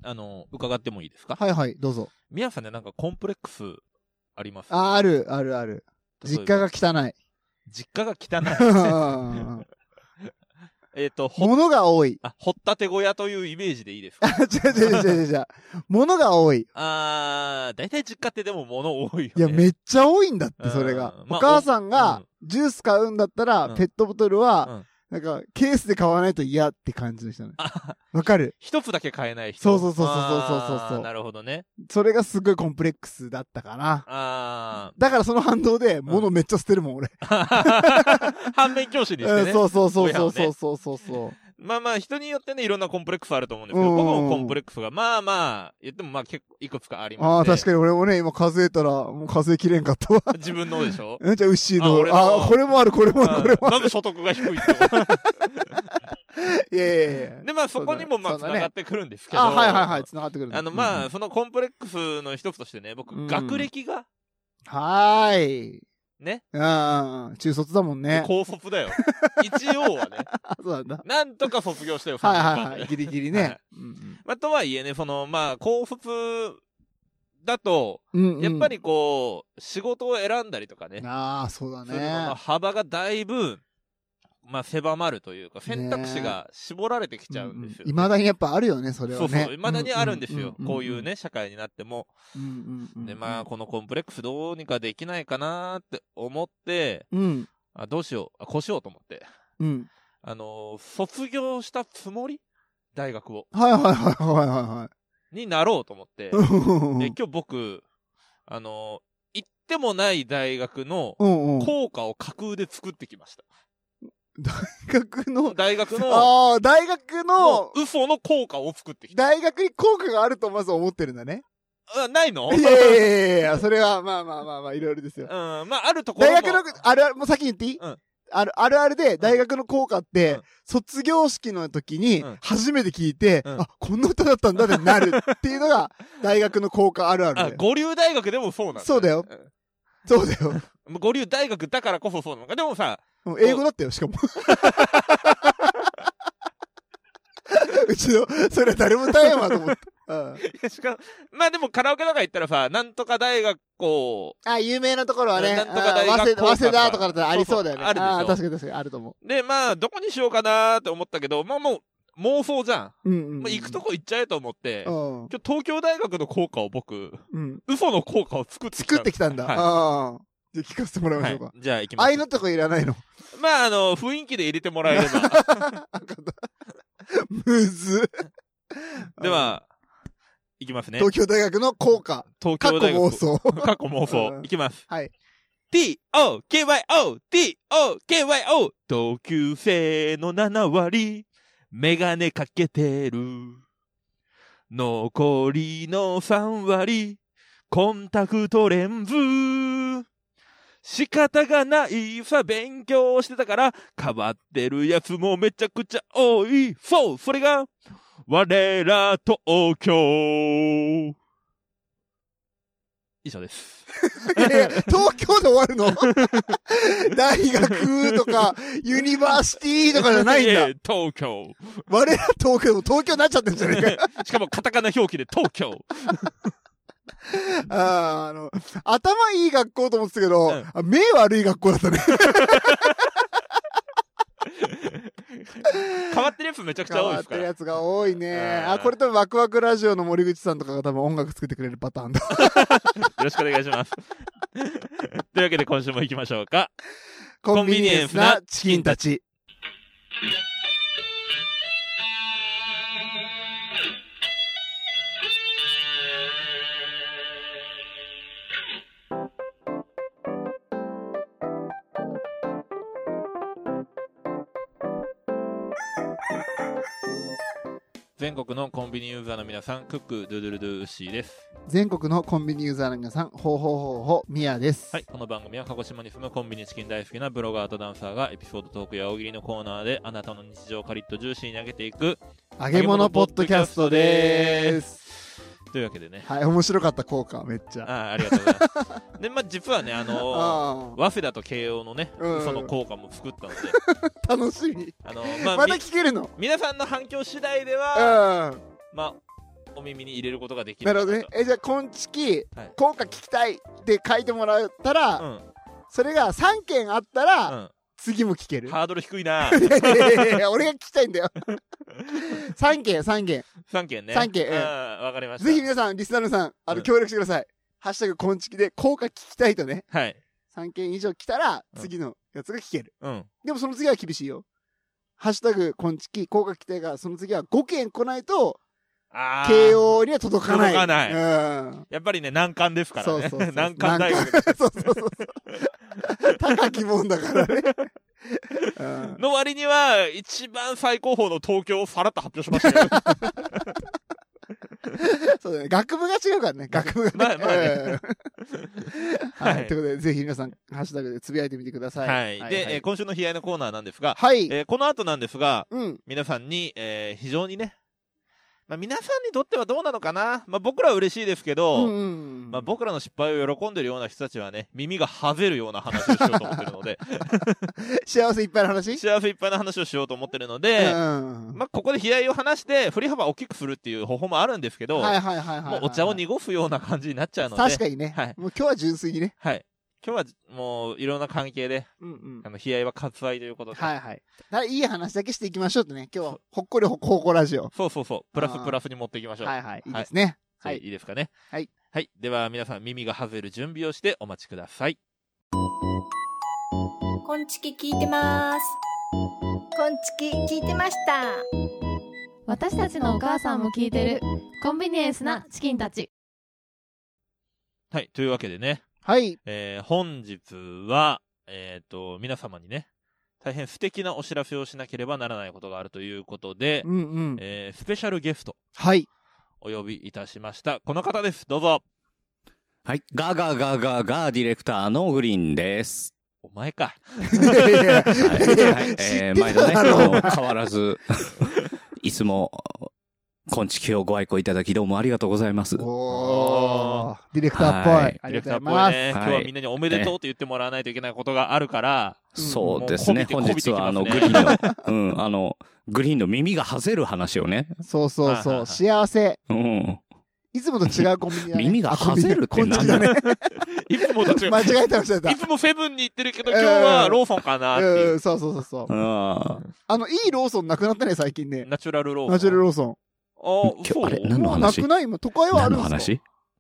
伺ってもいいですか？ はいはい、どうぞ。 皆さんね、なんかコンプレックスあります？ ある。実家が汚い。 実家が汚い。 物が多い。 掘ったて小屋というイメージでいいですか？ 違う。物が多い。 だいたい実家ってでも物多いよね。 いや、めっちゃ多いんだって、それが。お母さんが、ジュース買うんだったら、ペットボトルは、なんか、ケースで買わないと嫌って感じの人ね。わかる？ 一つだけ買えない人。 そう。 なるほどね。 それがすごいコンプレックスだったかな。だからその反動で、物めっちゃ捨てるもん、俺。 反面教師にしてね。 そう。 まあ、人によってね、いろんなコンプレックスあると思うんですけど、僕もコンプレックスが、言っても結構いくつかあります。 確かに俺もね、今数えたら、もう数えきれんかったわ。 自分のでしょ？ じゃあ、ウッシーの。これもある。 なんで所得が低いって。 いや。 で、そこにも繋がってくるんですけど。 はい、繋がってくる。 そのコンプレックスの一つとしてね、僕、学歴が。ね。 中卒だもんね。 高卒だよ。一応はね。 そうなんだ。 なんとか卒業したよ、 はい。ギリギリね。 とはいえね、高卒だと、やっぱり仕事を選んだりとかね。 そうだね。 幅がだいぶ、狭まるというか、選択肢が絞られてきちゃうんですよ。 未だにやっぱあるよね、それはね。 そう、未だにあるんですよ。こういうね、社会になっても。で、このコンプレックスどうにかできないかなって思って、どうしよう、こうしようと思って。卒業したつもり？大学を。 はい。 になろうと思って。で、今日僕、行ってもない大学の校歌を架空で作ってきました。大学の嘘の効果を作ってきた。 大学に効果があるとまず思ってるんだね。 ないの？ いや、それは、いろいろですよ。 あるところも。 大学の、もう先に言っていい？あるで、大学の効果って、卒業式の時に、初めて聞いて、こんな歌だったんだってなるっていうのが、大学の効果あるある。 五流大学でもそうなんだ。 そうだよ。 五流大学だからこそそうなのか。でもさ、 英語だったよ、しかも。うちの、それは誰も大変わと思った。 しかも、でもカラオケとか行ったらさ、なんとか大学校。 有名なところはね。 なんとか大学校。 早稲田とかだったらありそうだよね。 あるでしょ。 確かにあると思う。で、どこにしようかなーって思ったけど、もう、妄想じゃん。行くとこ行っちゃえと思って、今日東京大学の校歌を僕、嘘の校歌を作ってきたんだ。じゃあ聞かせてもらいましょうか。 じゃあ行きます。 愛のとこいらないの？ 雰囲気で入れてもらえれば。 むず。 では、いきますね。 東京大学の校歌。 東京大学。 過去妄想。いきます。 はい。 TOKYO! TOKYO! 同級生の7割、メガネかけてる。残りの3割、コンタクトレンズ。仕方がないさ、勉強してたから、変わってるやつもめちゃくちゃ多い。そう、それが、我ら東京。以上です。 いや、東京で終わるの？大学とか、ユニバーシティとかじゃないんだ。 東京。 我ら東京、東京になっちゃってんじゃねえか。 しかもカタカナ表記で東京。 頭いい学校と思ってたけど、目悪い学校だったね。 変わってるやつめちゃくちゃ多いですから。 変わってるやつが多いね。これ多分ワクワクラジオの森口さんとかが多分音楽作ってくれるパターンだ。 よろしくお願いします。というわけで今週も行きましょうか。 コンビニエンスなチキンたち。 全国のコンビニユーザーの皆さん、クック、ドゥドゥルドゥウッシーです。 全国のコンビニユーザーの皆さん、ほうほうほうほう、ミヤです。 はい、この番組は鹿児島に住むコンビニチキン大好きなブロガーとダンサーがエピソードトークや大喜利のコーナーであなたの日常をカリッとジューシーに上げていく揚げ物ポッドキャストでーす。 というわけでね。 はい、面白かった効果、めっちゃ。 ありがとうございます。で、実はね、早稲田と慶応のね、その効果も作ったので。 楽しみ。まだ聞けるの？ 皆さんの反響次第では、 お耳に入れることができる。 なるほどね。じゃあ、こんちきはい、 効果聞きたいって書いてもらったら、 うん。 それが3件あったら、 うん。 次も聞ける。 ハードル低いな。 いやいや俺が聞きたいんだよ。3件。 3件ね。 3件わかりました。 ぜひ皆さん、リスナーの皆さん、協力してください。ハッシュタグこんちきで効果聞きたいとね、 はい。 3件以上来たら、次のやつが聞ける。 うん。 でもその次は厳しいよ。ハッシュタグこんちき、効果聞きたいが、その次は5件来ないと、 あー。 慶応には届かない。 届かないうん。 やっぱりね、難関ですからね。 そうそうそう。 難関大学そうそうそう。高きもんだからね。うんの割には、一番最高峰の東京をさらっと発表しましたよ。 そうだね。学部が違うからね。学部がね。 まあまあねうんははいい。ということで、ぜひ皆さん、ハッシュタグでつぶやいてみてください。 はい。で、今週の悲哀のコーナーなんですが、 はい。 この後なんですが、 うん。 皆さんに、非常にね、まあ、皆さんにとってはどうなのかな、まあ、僕らは嬉しいですけど、まあ、僕らの失敗を喜んでるような人たちはね、耳がはぜるような話をしようと思ってるので、 幸せいっぱいの話幸せいっぱいな話をしようと思ってるので、まあ、ここで悲哀を話して振り幅を大きくするっていう方法もあるんですけど、 はいはいはいはい。 もうお茶を濁すような感じになっちゃうので、 確かにね。 はい。 もう今日は純粋にね。 はい。今日はもういろんな関係で、悲哀は割愛ということで。 はいはい。いい話だけしていきましょうってね。今日はほっこりほっこほこラジオ。 そうそうそう。プラスに持っていきましょう。 はいはい。いいですね。 はい。いいですかね。 はい。 はい。では皆さん耳が外れる準備をしてお待ちください。 こんちき聞いてます。こんちき聞いてました。 私たちのお母さんも聞いてるコンビニエンスなチキンたち。 はい。というわけでね。 はい。 本日は、皆様にね、大変素敵なお知らせをしなければならないことがあるということで、スペシャルゲスト。 はい。 お呼びいたしました。この方です。どうぞ。 はい。ガーディレクターのグリーンです。 お前か。 毎度ね、変わらず、いつも、こんちきをご愛顧いただきどうもありがとうございます。 おー、ディレクターっぽい。 ディレクターっぽいね。今日はみんなにおめでとうと言ってもらわないといけないことがあるから。 そうですね。本日はグリーンの、グリーンの耳がはぜる話をね。 そうそうそう。幸せ。いつもと違うコンビニだね。 耳がはぜるってなんだね。 いつもと違う。 間違えてました。 いつもセブンに行ってるけど、今日はローソンかなっていう。 そう。いいローソンなくなったね、最近ね。 ナチュラルローソン。 ナチュラルローソン。 あれ何の話？ なくない今、都会はあるんですか？ 何の話？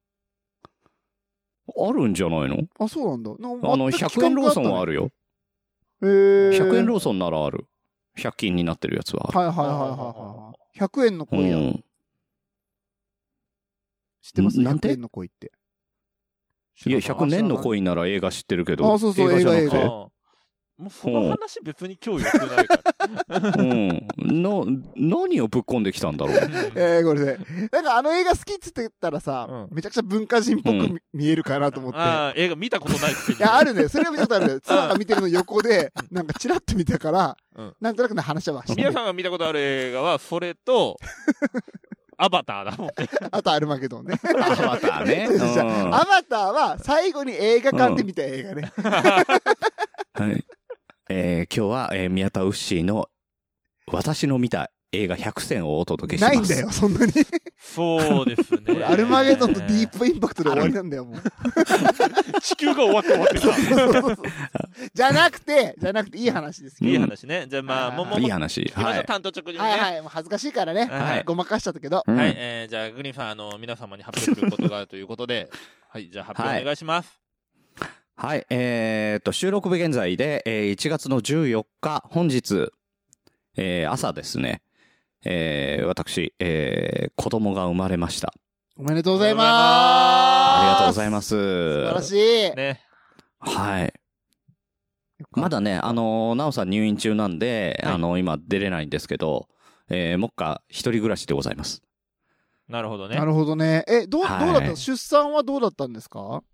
あるんじゃないの？ あ、そうなんだ。 100円ローソンはあるよ。100円ローソンならある。100均になってるやつはある。 はい。100円のコイン。知ってます？ 100 円のコインって。 いや、100年のコインなら映画知ってるけど。 あ、そう、映画。 もうその話別に今日良くないから。 何をぶっ込んできたんだろう。 これで。なんかあの映画好きっつって言ったらさ、めちゃくちゃ文化人っぽく見えるかなと思って。 映画見たことないくせに。 いや、あるね。それは見たことある。妻が見てるの横で、なんかチラッと見たから、なんとなくの話はして。 皆さんが見たことある映画は、それと、アバターだもんね。 あとアルマゲドンね。 アバターね。 アバターは最後に映画館で見た映画ね。 はい。今日は、宮田ウッシーの私の見た映画100選をお届けします。 ないんだよ、そんなに。 そうですね。 アルマゲドンとディープインパクトで終わりなんだよ、もう。 地球が終わってた。 じゃなくて、いい話ですよ。いい話ね。じゃあまあ、 いい話。 はい。担当直入ね。 はい。もう恥ずかしいからね。ごまかしちゃったけど。 はい。じゃあ、グリーンさん、皆様に発表することがあるということで、はい。じゃあ、発表お願いします。 はい。収録日現在で、1月の14日、本日、朝ですね。私、子供が生まれました。 おめでとうございます。 ありがとうございます。 素晴らしい。 ね。 はい。まだね、なおさん入院中なんで、今出れないんですけど、もっか一人暮らしでございます。 なるほどね。 なるほどね。どうだった出産はどうだったんですか？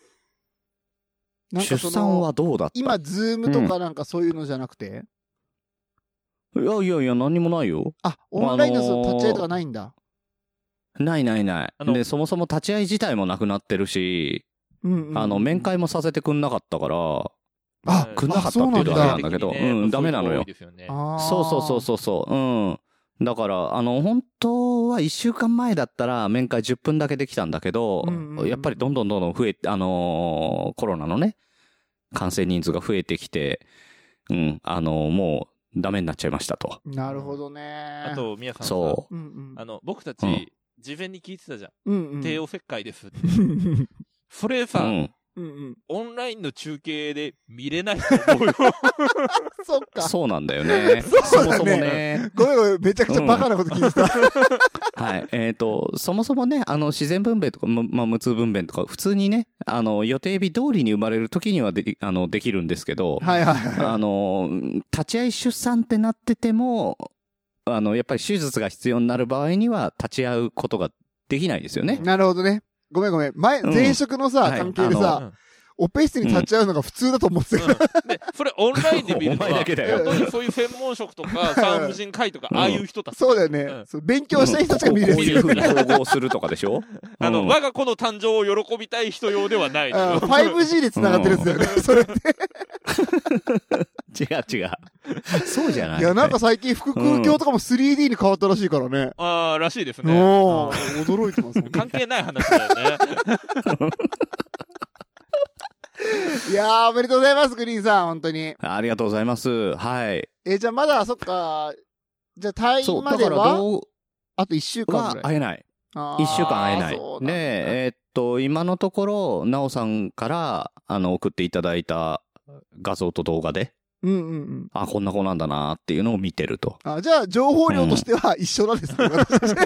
出産はどうだった？ 今、ズームとかなんかそういうのじゃなくて？ いや、何にもないよ。 あ、オンラインの立ち会いとかないんだ。 ない。で、そもそも立ち会い自体もなくなってるし、面会もさせてくんなかったから、くんなかったっていうのはあれなんだけど、ダメなのよ。そう。 だから、本当は1週間前だったら面会10分だけできたんだけど、やっぱりどんどん増えて、コロナのね、感染人数が増えてきて、もうダメになっちゃいましたと。 なるほどね。 あと、宮さんさ、 そ僕たち、事前に聞いてたじゃん。帝王切開ですって。それさ、オンラインの中継で見れないと思うよ。 そっか。 そうなんだよね。 そうだね。 そもそもね。 ごめん、めちゃくちゃバカなこと聞いてた。 はい。そもそもね、自然分娩とか、無痛分娩とか、普通にね、予定日通りに生まれる時にはできるんですけど、 はいはいはい。 立ち会い出産ってなってても、やっぱり手術が必要になる場合には、立ち会うことができないですよね。 なるほどね。ごめん。前職のさ、関係でさ、オペ室に立ち会うのが普通だと思ってたから。 で、それオンラインで見るのは、 お前だけだよ本当にそういう専門職とか、産婦人科医とか、ああいう人たち。 そうだよね。勉強したい人たちが見れる。 こういう風に統合するとかでしょ我が子の誕生を喜びたい人用ではない。 5G で繋がってるんですよね、それって。 違う。そうじゃない。 いや、なんか最近、腹腔鏡とかも 3D に変わったらしいからね。 らしいですね。 驚いてます。 関係ない話だよね。 いやー、おめでとうございます、グリーンさん、本当に。 ありがとうございます。はい。 じゃあまだ、そっか、じゃあ退院まではあと1週間ぐらい。 会えない。1週間会えない。で、今のところ、なおさんから、送っていただいた画像と動画で、こんな子なんだなっていうのを見てると。 じゃあ、情報量としては一緒なんですね、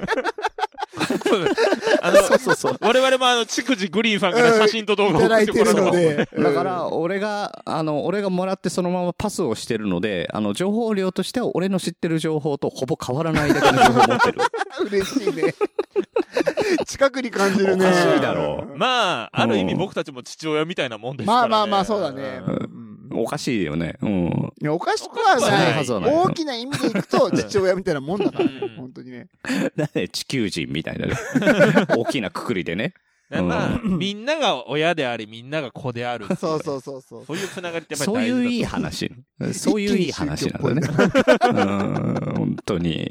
そう。我々も逐次グリーンさんから写真と動画を送ってもらってので。 だから、俺がもらってそのままパスをしてるので、情報量としては俺の知ってる情報とほぼ変わらないだけの情報を持ってる。 嬉しいね。近くに感じるね。 おかしいだろう。 まあ、ある意味僕たちも父親みたいなもんですからね。 まあ、そうだね。 おかしいよね。 いや、おかしくはない。大きな意味でいくと父親みたいなもんだからね。本当にね。 地球人みたいなね。大きなくくりでね。 まあ、みんなが親であり、みんなが子である。 そう。 そういうつながりってやっぱり大事だ。 そういういい話。そういういい話なんだね。本当に。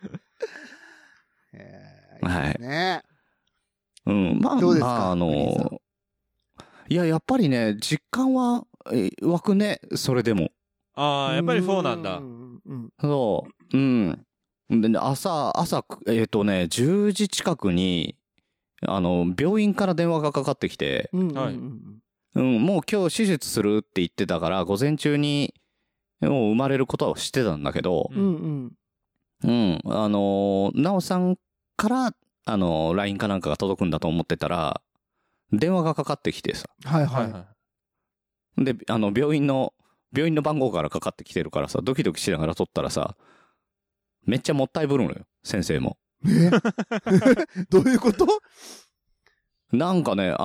はい。 ね。 まあ、 どうですか？ いや、やっぱりね、実感は湧くね、それでも。 やっぱりそうなんだ。 そう。で、朝、10時近くに、病院から電話がかかってきて、もう今日手術するって言ってたから、午前中に、もう生まれることは知ってたんだけど、なおさんから、LINE かなんかが届くんだと思ってたら、電話がかかってきてさ。で、病院の番号からかかってきてるからさ、ドキドキしながら取ったらさ、めっちゃもったいぶるのよ、先生も。 どういうこと？ なんかね、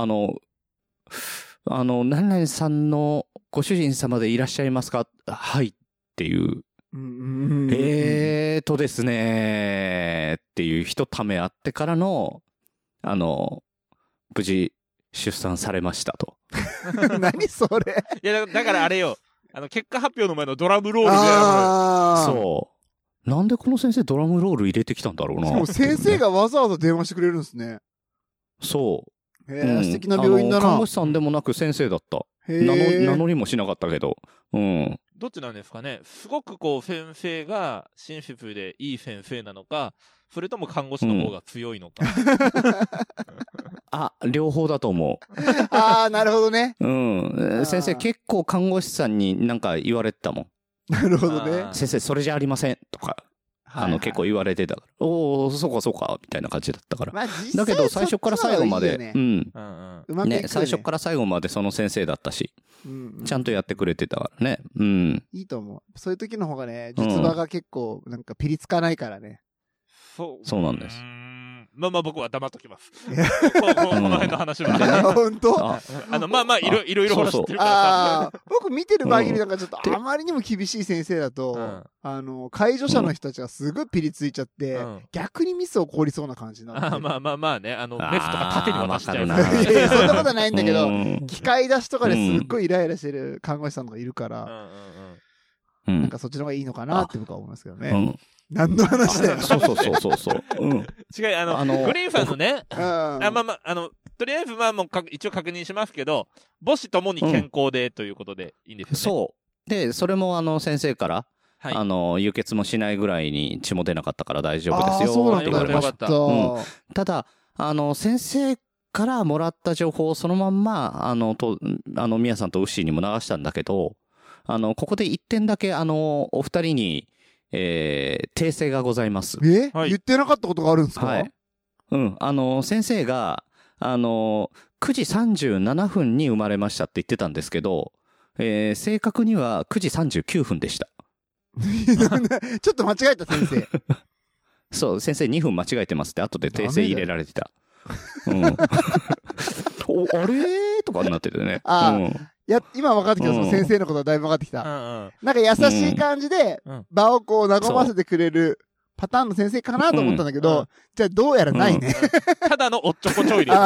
何々さんのご主人様でいらっしゃいますか？はいっていう。ですねっていう一ためあってからの、無事出産されましたと。 何それ？ いや、だからあれよ。結果発表の前のドラムロールみたいな。 そう。なんでこの先生ドラムロール入れてきたんだろうな。 しかも先生がわざわざ電話してくれるんですね。 そう。 素敵な病院だな。 看護師さんでもなく先生だった。名乗りもしなかったけど。 どっちなんですかね。すごくこう先生が親切でいい先生なのか、それとも看護師の方が強いのか。 両方だと思う。 なるほどね。 先生結構看護師さんになんか言われてたもん。 なるほどね。 先生それじゃありませんとか。結構言われてたから。そうか、みたいな感じだったから。だけど、最初から最後まで、最初から最後までその先生だったし、ちゃんとやってくれてたからね。 いいと思う。そういう時の方がね、術場が結構、なんかピリつかないからね。 そうなんです。 まあ僕は黙っときます。この辺の話は。 本当？ いろいろ話してるからさ。 僕見てる限りなんかちょっとあまりにも厳しい先生だと、介助者の人たちがすごいピリついちゃって、逆にミス起こりそうな感じになって。 まあね、メスとか縦に渡しちゃう。 いやそんなことないんだけど、機械出しとかですっごいイライラしてる看護師さんとかいるから、 なんかそっちの方がいいのかなって僕は思いますけどね。 うん。 何の話だよ。 そう。うん。 違う、グリーンさんのね、とりあえずもう一応確認しますけど、母子ともに健康でということでいいんですよね。 そう。で、それも先生から、はい、輸血もしないぐらいに血も出なかったから大丈夫ですよ。 そうなんだ、 って言われました。ただ、先生からもらった情報をそのまんま、みやさんとウッシーにも流したんだけど、ここで一点だけ、お二人に、訂正がございます。 はい、言ってなかったことがあるんですか？ はい。うん。先生が、9時37分に生まれましたって言ってたんですけど、正確には9時39分でした。 ちょっと間違えた先生。 そう、先生2分間違えてますって後で訂正入れられてた。うん。あれーとかになっててね。 今分かってきた、その先生のことはだいぶ分かってきた。なんか優しい感じで、場をこう和ませてくれるパターンの先生かなと思ったんだけど、じゃあどうやらないね。 ただのおっちょこちょいです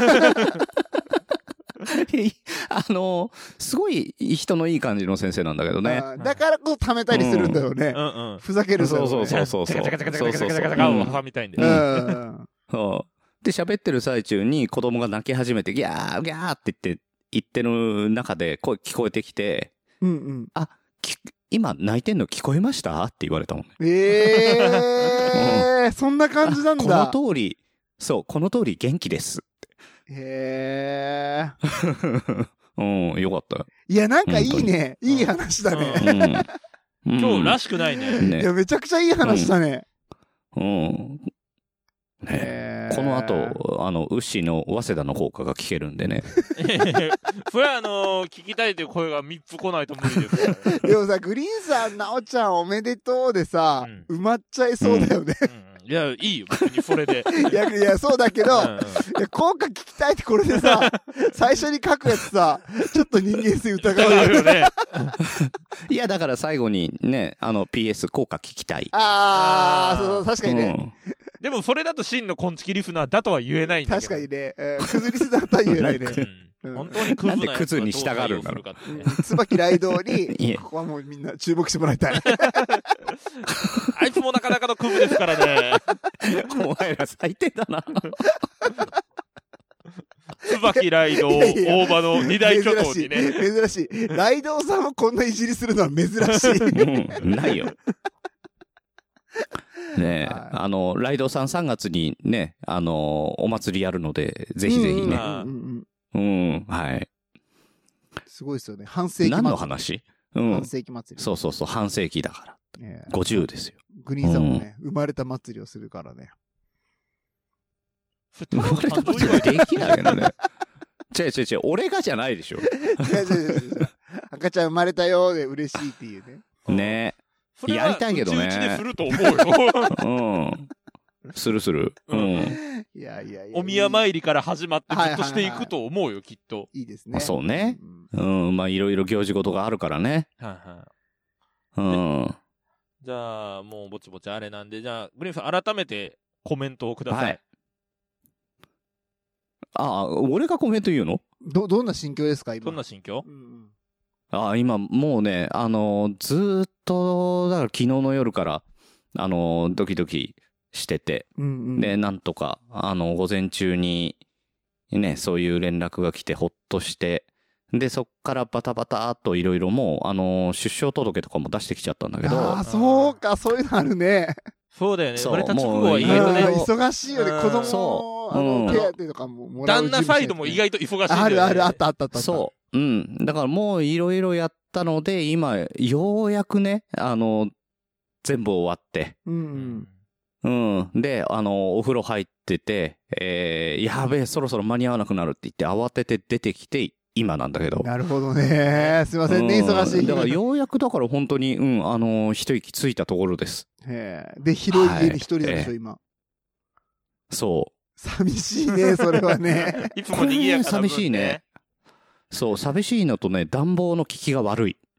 ね。すごい人のいい感じの先生なんだけどね。 だからこそ貯めたりするんだろうね。ふざけるんだろうね。 そう。 ガチャガチャガチャガチャガチャガチャガチャ挟みたいんで。 で、喋ってる最中に子供が泣き始めて、ギャーギャーって言ってる中で声聞こえてきて、今泣いてんの聞こえましたって言われたもんね。 そんな感じなんだ。 この通り元気です。 へうん、よかった。 いや、なんかいいね。いい話だね。 今日らしくないね。 いや、めちゃくちゃいい話だね。 この後、ウッシーの早稲田の効果が聞けるんでね。 それは聞きたいという声が3つ来ないと無理ですから。 でもさ、グリーンさん、なおちゃんおめでとうでさ、埋まっちゃいそうだよね。 いや、いいよ、別にそれで。 いや、そうだけど、効果聞きたいってこれでさ、最初に書くやつさ、ちょっと人間性疑うよね。 いや、だから最後にね、PS 効果聞きたい。 そう、確かにね。 でもそれだと真のコンチキリスナーだとは言えないんだけど。 確かにね。クズリスナーとは言えないね。 本当にクズなんでクズに従うんだろう。 椿雷道に、ここはもうみんな注目してもらいたい。 あいつもなかなかのクズですからね。 お前ら最低だな。 椿雷道、大場の二大巨頭にね。 珍しい。雷道さんをこんないじりするのは珍しい。 ないよ。ねえ、ライドさん3月にね、お祭りやるので、ぜひぜひね。はい。 すごいですよね。半世紀祭り。 何の話？ 半世紀祭り。 そう、半世紀だから。50ですよ。 グリーンさんもね、生まれた祭りをするからね。 生まれた祭りはできないよね。違う、俺がじゃないでしょ。違う。 赤ちゃん生まれたよで嬉しいっていうね。 ねえ。やりたいけどね。 うちですると思うよ。 する。 いや。 お宮参りから始まってずっとしていくと思うよ、きっと。 いいですね。 そうね。まあいろいろ行事事があるからね。 じゃあ、もうぼちぼちあれなんで、じゃあ、グリーンさん改めてコメントをください。 俺がコメント言うの？ どんな心境ですか、今。 どんな心境？ 今、もうね、ずーっと、だから昨日の夜から、ドキドキしてて、で、なんとか、午前中に、ね、そういう連絡が来てほっとして、で、そっからバタバタっといろいろもう、出生届とかも出してきちゃったんだけど。 そうか、そういうのあるね。 そうだよね。生まれた直後は意外とね。 忙しいよね、子供手当とかももらう。 旦那サイドも意外と忙しい。 ある、あった。 そう。だからもういろいろやったので、今、ようやくね、全部終わって。で、お風呂入ってて、やべえ、そろそろ間に合わなくなるって言って慌てて出てきて、今なんだけど。 なるほどね。すいませんね、忙しい。 だからようやくだから本当に、一息ついたところです。 で、広い家に一人でしょ、今。 そう。 寂しいね、それはね。 いつも賑やかな寂しいね。そう、寂しいのとね、暖房の効きが悪い。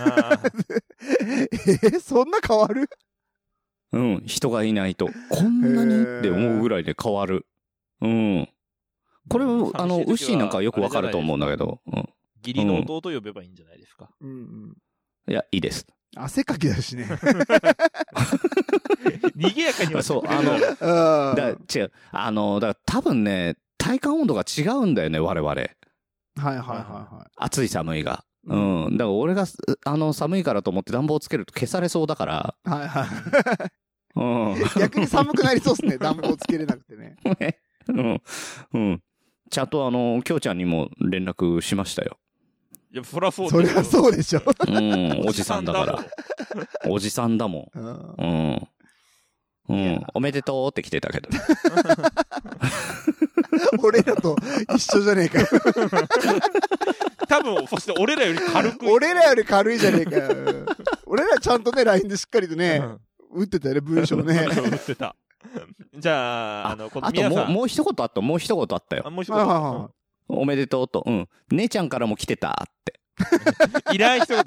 そんな変わる？ 人がいないと。こんなにって思うぐらいで変わる。これ、ウッシーなんかよくわかると思うんだけど。 義理の弟呼べばいいんじゃないですか。 いや、いいです。 汗かきだしね。 賑やかにはそう、 違う。 違う。だから多分ね、体感温度が違うんだよね、我々。 はいはいは暑い寒いが。うん。だから俺が、寒いからと思って暖房つけると消されそうだから。 い。はいはい。 うん。 逆に寒くなりそうですね。暖房つけれなくてね。 うん。うん。ちゃんときょうちゃんにも連絡しましたよ。 いや、そりゃそうそりゃそうでしょ。 うん。おじさんだから。おじさんだもん。うん。うん。おめでとうって来てたけど。 俺らと一緒じゃねえかよ。 多分、そして俺らより軽く。 俺らより軽いじゃねえかよ。俺らちゃんとね、LINE でしっかりとね、打ってたよね、文章ね。 打ってた。じゃあ、この皆さん。 もう一言あった。もう一言あったよ。 もう一言あった。 おめでとうと。うん。姉ちゃんからも来てたって。 いらん一言。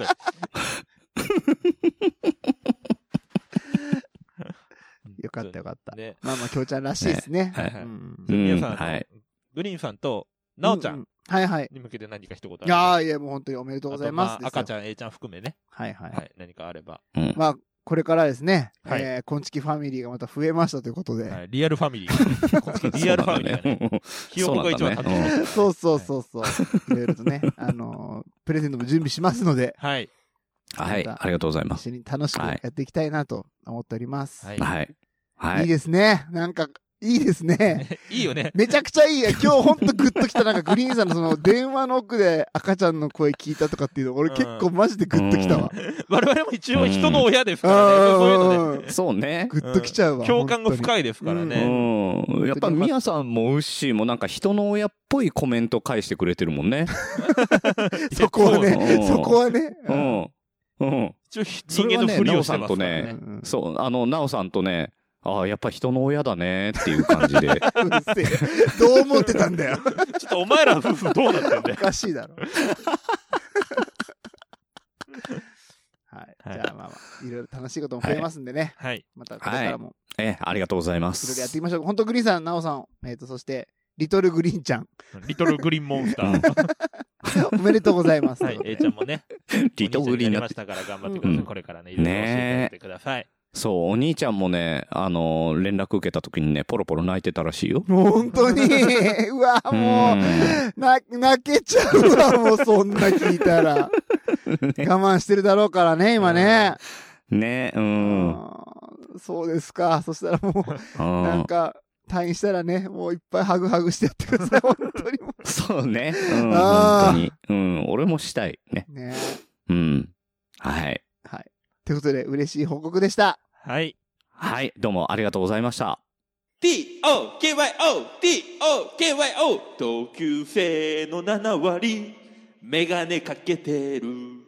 よかったよかった。 ね、 まあまあ、きょうちゃんらしいですね。 はいはい。皆さん、グリーンさんと、なおちゃん。 はいはい。 に向けて何か一言ある。 いや、もう本当におめでとうございます。 赤ちゃん、A ちゃん含めね。 はいはい。 何かあれば。 まあ、これからですね、こんちきファミリーがまた増えましたということで。 リアルファミリー。リアルファミリーがね。記憶が一番楽しい。 そう。いろいろとね、プレゼントも準備しますので。 はい。 はい。ありがとうございます。 一緒に楽しくやっていきたいなと思っております。 はい。はい。 いいですね。なんか、いいですね。 いいよね。 めちゃくちゃいい。今日ほんとグッときた。なんかグリーンさんのその電話の奥で赤ちゃんの声聞いたとかっていうの、俺結構マジでグッときたわ。 我々も一応人の親ですからね。そういうのね。 そうね。 グッときちゃうわ。 共感が深いですからね。 やっぱミヤさんもウッシーもなんか人の親っぽいコメント返してくれてるもんね。 そこはね。 うん。 人間のふりをしてますからね。 そう、ナオさんとね、ああ、やっぱ人の親だねっていう感じで。うるせえ。どう思ってたんだよ。 ちょっとお前ら夫婦どうなってんだよ。 おかしいだろ。はい。じゃあまあまあ、いろいろ楽しいことも増えますんでね。 はい。 またこれからも。 ありがとうございます。 いろいろやっていきましょう。本当グリーンさん、ナオさん、そして、リトルグリーンちゃん。 リトルグリーンモンスター。 おめでとうございます。 はい、A ちゃんもね。 リトグリーンになりましたから頑張ってください。これからね、いろいろ教えてあげてください。 そう、お兄ちゃんもね、連絡受けた時にね、ポロポロ泣いてたらしいよ。 本当にうわ、もう、泣けちゃうわ、もうそんな聞いたら。我慢してるだろうからね、今ね。 ね、 そうですか。そしたらもう、なんか、退院したらね、もういっぱいハグしてやってください、本当にもう。 そうね。本当に。俺もしたいね。 ね。 はい。 はい。ということで、嬉しい報告でした。 はい。 はい、どうもありがとうございました。 TOKYO 同級生の7割メガネかけてる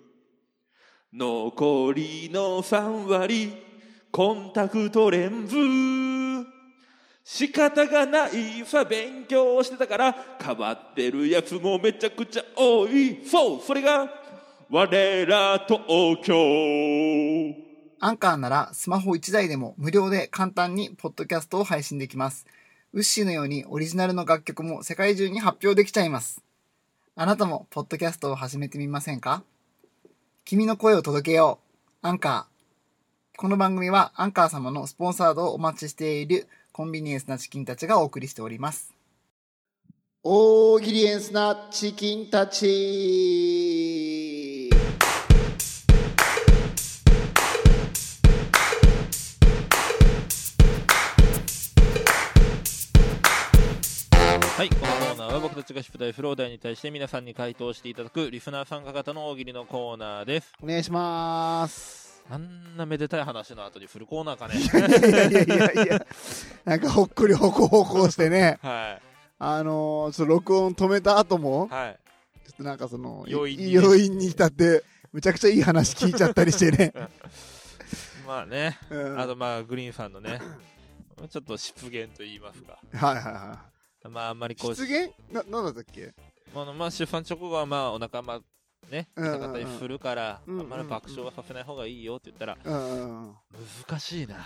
残りの3割コンタクトレンズ仕方がないさ勉強してたから変わってるやつもめちゃくちゃ多いそうそれが我ら東京アンカーならスマホ1台でも無料で簡単にポッドキャストを配信できます。ウッシーのようにオリジナルの楽曲も世界中に発表できちゃいます。あなたもポッドキャストを始めてみませんか？君の声を届けよう。アンカー。この番組はアンカー様のスポンサードをお待ちしているコンビニエンスなチキンたちがお送りしております。大喜利エンスなチキンたち。 はい、このコーナーは僕たちが出題フロー題に対して皆さんに回答していただくリスナー参加型の大喜利のコーナーです。 お願いします。 あんなめでたい話の後にフルコーナーかね。 いやなんかほっくりほこほこしてね。 はい。 ちょっと録音止めた後も、 はい。 ちょっとなんかその余韻に浸ってむちゃくちゃいい話聞いちゃったりしてね。 まあね、あとまあグリーンさんのね、ちょっと失言と言いますか。 はいはいはい。 まああんまりこう失言なんだったっけ？ まあ出産直後はまあお腹ね痛かったりするから、あんまり爆笑はさせない方がいいよって言ったら、難しいな。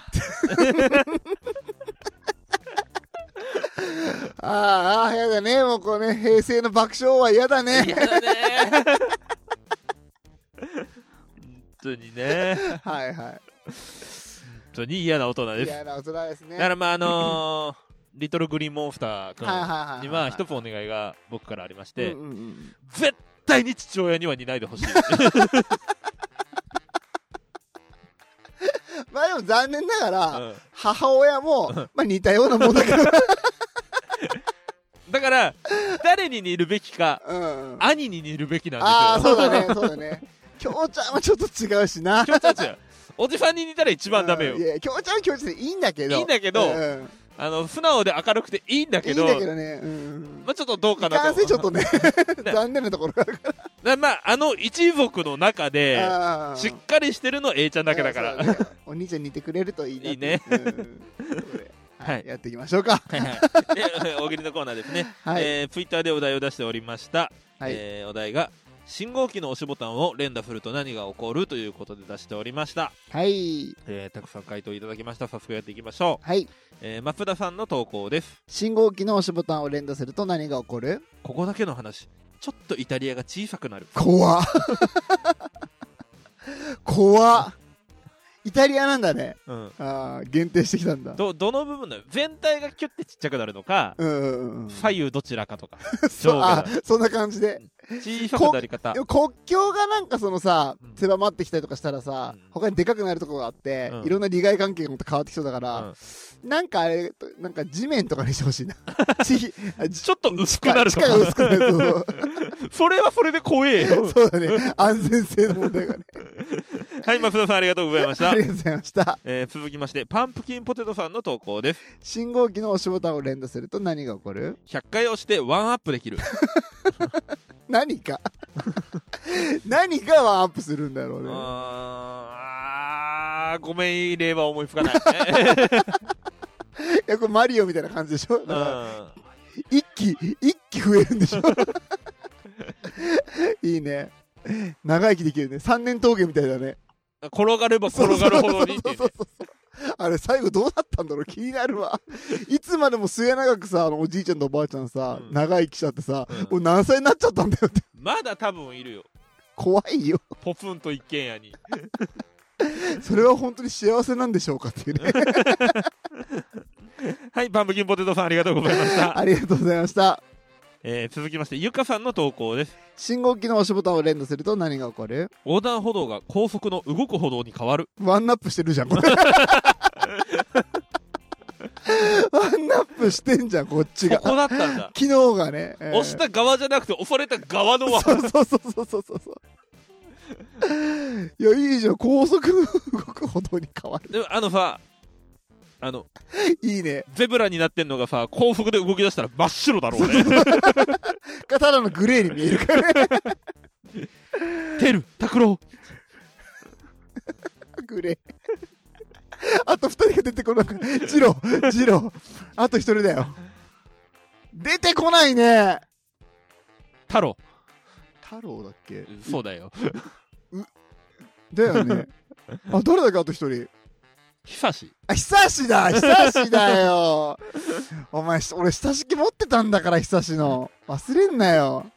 ああやだね、もうこうね平成の爆笑は嫌だね。 嫌だね。本当にね。 はいはい。 本当に嫌な大人です。 嫌な大人ですね。 だからまあリトルグリーンモンスター君には一つお願いが僕からありまして、絶対に父親には似ないでほしい。 まあでも残念ながら、母親も、まあ似たようなもんだけど。 だから、誰に似るべきか、兄に似るべきなんですよ。 ああ、そうだね、そうだね。きょうちゃんはちょっと違うしな。 きょうちゃん違う。おじさんに似たら一番ダメよ。 いや、きょうちゃんはきょうちゃんでいいんだけど。 いいんだけど、素直で明るくていいんだけど、 いいんだけどね。 まあちょっとどうかなと。 いかんせんちょっとね、残念なところがあるから。 まあ一族の中で、しっかりしてるの A ちゃんだけだから。 お兄ちゃん似てくれるといいな。 いいね。 はい、やっていきましょうか。 はいはい。大喜利のコーナーですね。ツイッターでお題を出しておりました。お題が、信号機の押しボタンを連打すると何が起こるということで出しておりました。 はい。 たくさん回答いただきました。早速やっていきましょう。 はい。 松田さんの投稿です。 信号機の押しボタンを連打すると何が起こる？ ここだけの話。ちょっとイタリアが小さくなる。 怖っ。怖っ。イタリアなんだね。限定してきたんだ。 どの部分だよ。全体がキュッてちっちゃくなるのか、左右どちらかとか。 そんな感じで。 小さくなり方。 国境がなんかそのさ、狭まってきたりとかしたらさ、他にでかくなるところがあって、いろんな利害関係がもっと変わってきそうだから、なんかあれ、なんか地面とかにしてほしいな。 ちょっと薄くなるとか。 地下が薄くなると。 それはそれで怖えよ。 そうだね。安全性の問題がね。 はい、松田さんありがとうございました。 ありがとうございました。 続きまして、パンプキンポテトさんの投稿です。 信号機の押しボタンを連打すると何が起こる ？100回押してワンアップできる。 何か何がワンアップするんだろうね。 ごめん、例は思いつかない。 いや、これマリオみたいな感じでしょ。一気増えるんでしょ。いいね。長生きできるね。3年峠みたいだね。 転がれば転がるほどに。 あれ最後どうなったんだろう、気になるわ。いつまでも末永くさ、おじいちゃんとおばあちゃんさ、長生きしちゃってさ、もう何歳になっちゃったんだよって。 まだ多分いるよ。 怖いよ。 ポツンと一軒家に。 それは本当に幸せなんでしょうかっていうね。 はい、パンプキンポテトさんありがとうございました。 ありがとうございました。 続きまして、ゆかさんの投稿です。 信号機の押しボタンを連打すると何が起こる？ 横断歩道が高速の動く歩道に変わる。 ワンナップしてるじゃん、これ。ワンナップしてんじゃん、こっちが。 ここだったんだ。 機能がね。 押した側じゃなくて押された側のそう。いや、いいじゃん、高速の動く歩道に変わる。 でもさ、 いいね。 ゼブラになってんのがさ、高速で動き出したら真っ白だろうね。 ただのグレーに見えるからね。 テル、タクログレー。あと2人が出てこない。ジロ。あと1人だよ。出てこないね。 太郎だっけ？ そうだよ。 だよね。あ、誰だっけ、あと1人。 久しだよ。お前、俺下敷き持ってたんだから、久しの。忘れんなよ。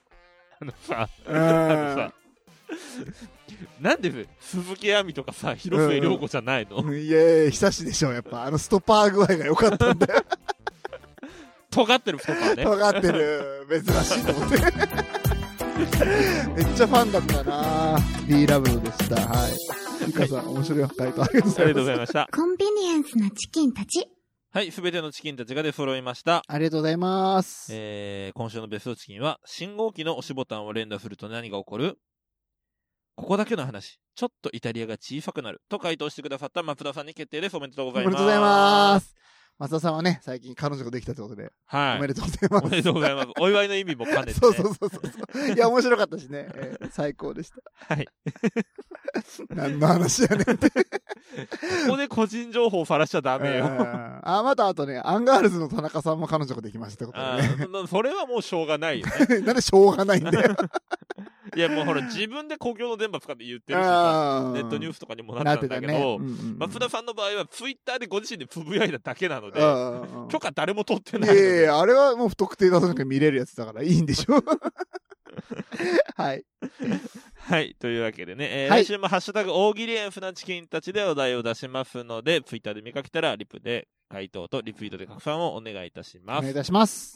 なんで鈴木亜美とかさ、広末涼子じゃないの？ いや久しでしょ、やっぱ。ストッパー具合が良かったんだよ。 尖ってるストッパーね。 尖ってる。珍しいと思って。めっちゃファンだったな。Bラブでした。はい。ゆかさん、面白い回答ありがとうございました。 コンビニエンスなチキンたち。 はい、すべてのチキンたちが出揃いました。 ありがとうございます。 今週のベストチキンは、信号機の押しボタンを連打すると何が起こる？ここだけの話。ちょっとイタリアが小さくなる。と回答してくださった松田さんに決定です。おめでとうございます。 おめでとうございます。松田さんはね、最近彼女ができたということで、 はい。 おめでとうございます。 おめでとうございます。お祝いの意味も兼ねて、ね。 そう。いや、面白かったしね。最高でした。 はい。 何の話やねんって。 ここで個人情報をさらしちゃダメよ。 またあとね、アンガールズの田中さんも彼女ができましたってことでね。 それはもうしょうがないよね。 なんでしょうがないんだよ。 いやもうほら自分で公共の電波使って言ってるしさ、ネットニュースとかにもなったんだけど、松田さんの場合はツイッターでご自身でつぶやいただけなので、許可誰も取ってないので。 いやあれはもう不特定多数が見れるやつだからいいんでしょ。はい。 はい。というわけでね、 はい来週もハッシュタグ大喜利園船チキンたちでお題を出しますので、ツイッターで見かけたらリプで回答とリツイートで拡散をお願いいたします。 お願いいたします。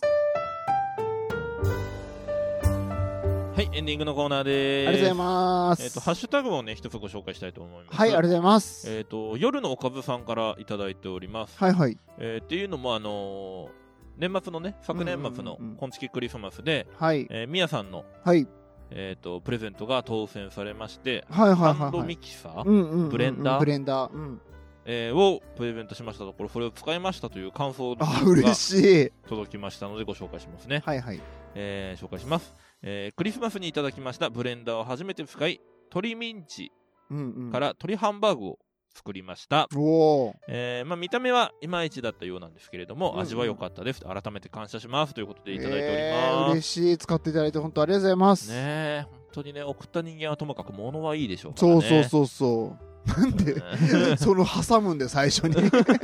はい、エンディングのコーナーでーす。 ありがとうございます。 ハッシュタグをね、一つご紹介したいと思います。 はい、ありがとうございます。 夜のおかずさんからいただいております。 はいはい。 っていうのも、年末のね、昨年末の今月クリスマスで、 はい。 みやさんの、 はい。 プレゼントが当選されまして、 はいはいはい。 ハンドミキサー、 うんうんうんうん。 ブレンダーブレンダー。うん。 をプレゼントしましたところ、それを使いましたという感想があ、嬉しい。 届きましたのでご紹介しますね。 はいはい。 紹介します。クリスマスにいただきましたブレンダーを初めて使い、鶏ミンチうんうん。 から鶏ハンバーグを作りました。 おー。 まあ、見た目はいまいちだったようなんですけれども、 うんうん味は良かったです。改めて感謝しますということでいただいております。 嬉しい。使っていただいて本当ありがとうございます。 ねえ、本当にね、送った人間はともかく物はいいでしょうからね。 そうそうそうそう。なんで、その挟むんで最初に。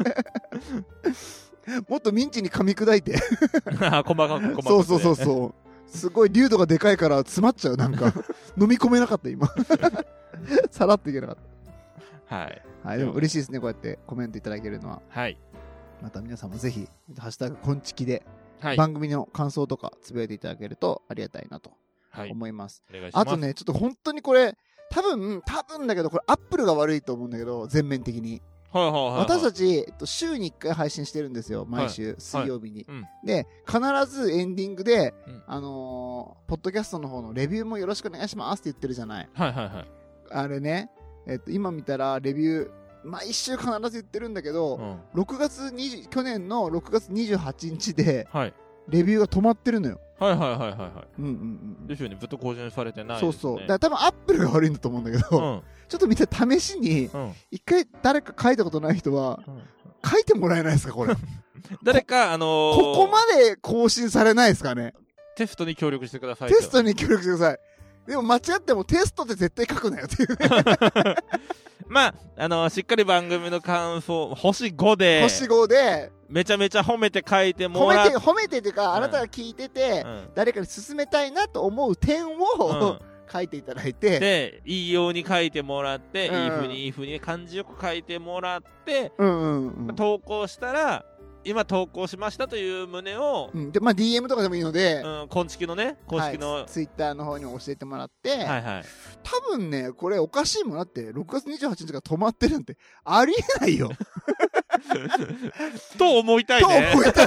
もっとミンチに噛み砕いて。 細かく細かく、ね。 そうそうそうそう。すごい粒度がでかいから詰まっちゃう。なんか、飲み込めなかった今。さらっといけなかっはい。 た。はい、でも嬉しいですね。こうやってコメントいただけるのは。 はい。 また皆さんもぜひ、ハッシュタグこんちきで、 はい。 番組の感想とかつぶやいていただけるとありがたいなとはい。 思います。 お願いします。 あとね、ちょっと本当にこれ、多分だけど、これアップルが悪いと思うんだけど、全面的に。 はいはいはいはい。 私たち、週に1回配信してるんですよ、毎週、水曜日に。 うん。 で、必ずエンディングで、 うんポッドキャストの方のレビューもよろしくお願いしますって言ってるじゃない。 はいはいはい。 あれね、今見たらレビュー、毎週必ず言ってるんだけど、 うん。 去年の6月28日で、 はい。 レビューが止まってるのよ。 はいはいはいはいはうんうんうんい。ですよね。ずっと更新されてないですね。 そうそう。だから多分アップルが悪いんだと思うんだけど、 うん。 ちょっと見て試しに、 うん。 一回誰か書いたことない人は、 うん書いてもらえないですか、これ。 誰か、 ここまで更新されないですかね。 テストに協力してくださいテと。 ストに協力してください。でも間違ってもテストで絶対書くなよっていうね。 まあ、しっかり番組の感想、星5で、 星5で、 めちゃめちゃ褒めて書いてもらって、 褒めてっていうか、あなたが聞いてて、 うん誰かに勧めたいなと思う点を、 うん書いていただいて、 で、いいように書いてもらって、 うんいい風に漢字よく書いてもらって、 うんうんうん投稿したら、今投稿しましたという旨を、 うん。で、まあ DM とかでもいいので、 公式のね、公式の、 ツイッターの方に教えてもらって、 はいはい。 多分ね、これおかしいもんだって、6月28日が止まってるなんて、ありえないよ。 と思いたいとね。 思いたい。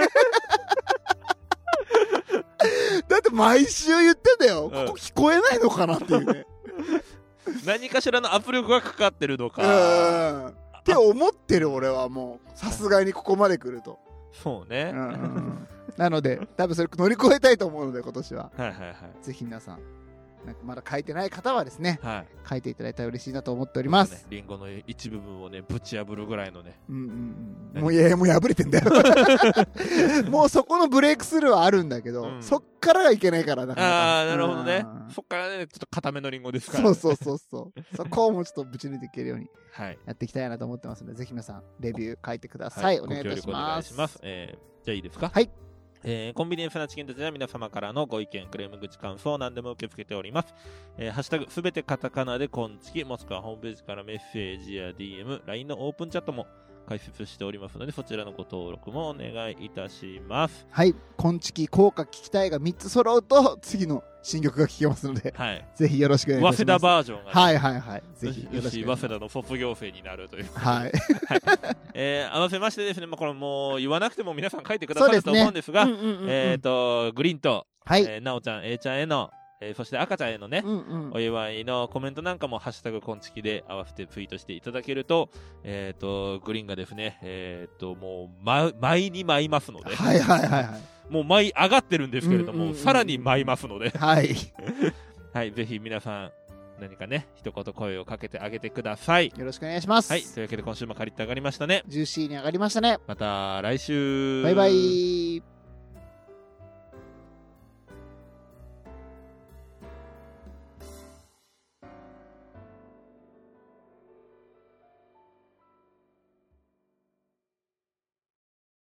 だって毎週言ってんだよ。ここ聞こえないのかなっていうね。 何かしらの圧力がかかってるのうか。 ん。って思ってる俺はもう、さすがにここまで来ると。 そうね。 なので、多分それ乗り越えたいと思うので、今年は。 はいはいはい。 ぜひ皆さん、なんかまだ書いてない方はですね、 はい。 書いていただいたら嬉しいなと思っております。 ねリンゴの一部分をね、ぶち破るぐらいのね。 うんうんうん。もういやいや、もう破れてんだよ。もうそこのブレイクスルーはあるんだけど、 うんそっからはいけないからなかなか。 ああ、なるほどねうん。 そっからね、ちょっと固めのリンゴですから、ね。 そうそうそうそう。そこをもうちょっとぶち抜いていけるようにはい。 やっていきたいなと思ってますので、ぜひ皆さん、レビュー書いてくださ。 はいお願いいたしご協力お願ます。 いします。じゃあいいですかはい。 コンビニエンスなチキンたちは皆様からのご意見、クレーム、口、感想、何でも受け付けております。ハッシュタグ、すべてカタカナでコンチキ、もしくはホームページからメッセージや DM、LINE のオープンチャットも開設しておりますので、そちらのご登録もお願いいたします。 はい。こんちき、効果聞きたいが3つ揃うと、次の新曲が聴けますので、 はい。 ぜひよろしくお願いいたします。 早稲田バージョンが、ね、 はいはいはい。ぜひよろしくお願いします。 早稲田の卒業生になるという。 はい。 合わせましてですね、まあ、これもう言わなくても皆さん書いてくださると思うんですが、 うんうんうんうんグリーンと、 はい。 なおちゃん、A ちゃんへの、そして赤ちゃんへのね、 うんうんお祝いのコメントなんかもハッシュタグコンチキで合わせてツイートしていただけると、グリーンがですね、もう、舞に舞いますので、 はいはいはいはい。 もう舞い上がってるんですけれども、 うんうんうんうんさらに舞いますので、 はい。 はい、ぜひ皆さん、何かね、一言声をかけてあげてください。 よろしくお願いします。 はい、というわけで今週もカリッと上がりましたね。 ジューシーに上がりましたね。 また来週。 バイバイ。